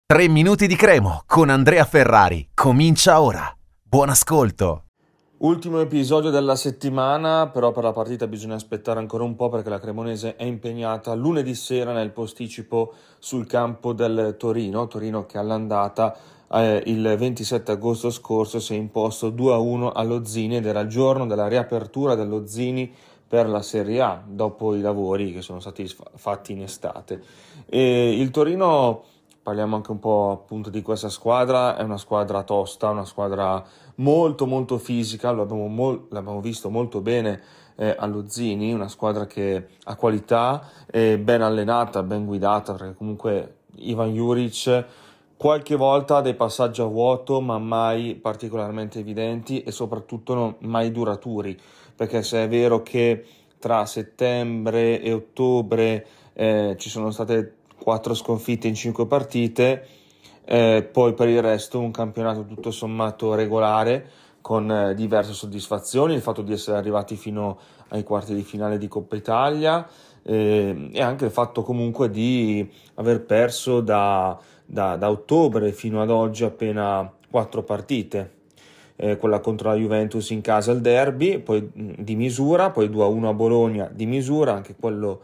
3 minuti di Cremo con Andrea Ferrari. Comincia ora. Buon ascolto. Ultimo episodio della settimana, però per la partita bisogna aspettare ancora un po' perché la Cremonese è impegnata lunedì sera nel posticipo sul campo del Torino che all'andata il 27 agosto scorso si è imposto 2-1 allo Zini ed era il giorno della riapertura dello Zini per la Serie A dopo i lavori che sono stati fatti in estate. E il Torino, parliamo anche un po' appunto di questa squadra, è una squadra tosta, una squadra molto molto fisica, l'abbiamo visto molto bene allo Zini, una squadra che ha qualità, è ben allenata, ben guidata, perché comunque Ivan Juric qualche volta ha dei passaggi a vuoto, ma mai particolarmente evidenti e soprattutto mai duraturi, perché se è vero che tra settembre e ottobre ci sono state 4 sconfitte in 5 partite, poi per il resto un campionato tutto sommato regolare con diverse soddisfazioni, il fatto di essere arrivati fino ai quarti di finale di Coppa Italia e anche il fatto comunque di aver perso da ottobre fino ad oggi appena 4 partite. Quella contro la Juventus in casa il derby, poi di misura, poi 2-1 a Bologna di misura, anche quello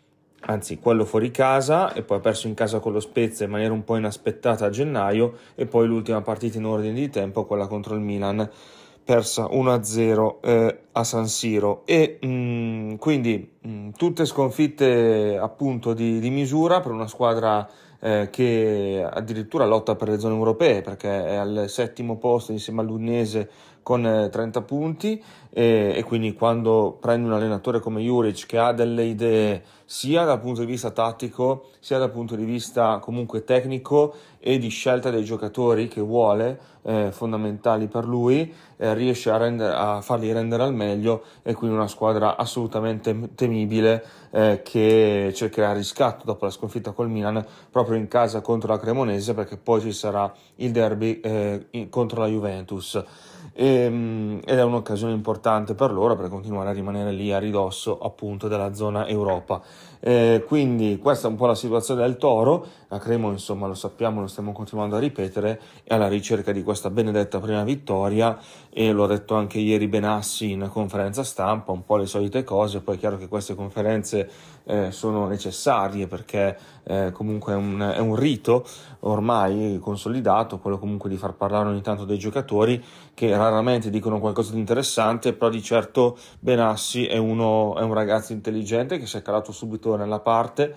fuori casa, e poi ha perso in casa con lo Spezia in maniera un po' inaspettata a gennaio, e poi l'ultima partita in ordine di tempo, quella contro il Milan, persa 1-0 a San Siro, e quindi tutte sconfitte appunto di misura per una squadra che addirittura lotta per le zone europee, perché è al 7° posto insieme all'Udinese con 30 punti, e quindi quando prendi un allenatore come Juric che ha delle idee sia dal punto di vista tattico sia dal punto di vista comunque tecnico e di scelta dei giocatori che vuole, fondamentali per lui, riesce a farli rendere al meglio, e quindi una squadra assolutamente temibile che cercherà il riscatto dopo la sconfitta col Milan proprio in casa contro la Cremonese, perché poi ci sarà il derby contro la Juventus. Ed è un'occasione importante per loro per continuare a rimanere lì a ridosso appunto della zona Europa. Quindi questa è un po' la situazione del Toro. La Cremo, insomma, lo sappiamo, lo stiamo continuando a ripetere, è alla ricerca di questa benedetta prima vittoria, e lo ha detto anche ieri Benassi in conferenza stampa, un po' le solite cose. Poi è chiaro che queste conferenze sono necessarie perché comunque è un rito ormai consolidato, quello comunque di far parlare ogni tanto dei giocatori, che raramente dicono qualcosa di interessante, però di certo Benassi è un ragazzo intelligente che si è calato subito nella parte,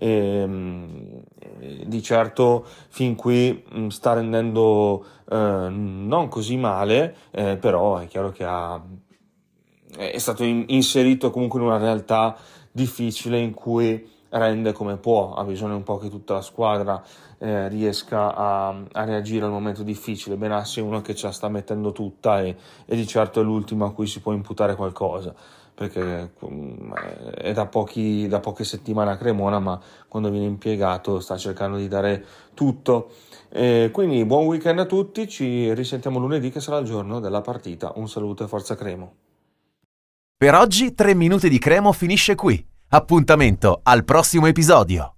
e di certo fin qui sta rendendo non così male, però è chiaro che è stato inserito comunque in una realtà difficile in cui rende come può, ha bisogno un po' che tutta la squadra riesca a reagire al momento difficile. Benassi è uno che ce la sta mettendo tutta, e di certo è l'ultimo a cui si può imputare qualcosa, perché è da poche settimane a Cremona, ma quando viene impiegato sta cercando di dare tutto. Quindi buon weekend a tutti, ci risentiamo lunedì che sarà il giorno della partita. Un saluto e forza Cremo. Per oggi 3 minuti di Cremo finisce qui. Appuntamento al prossimo episodio.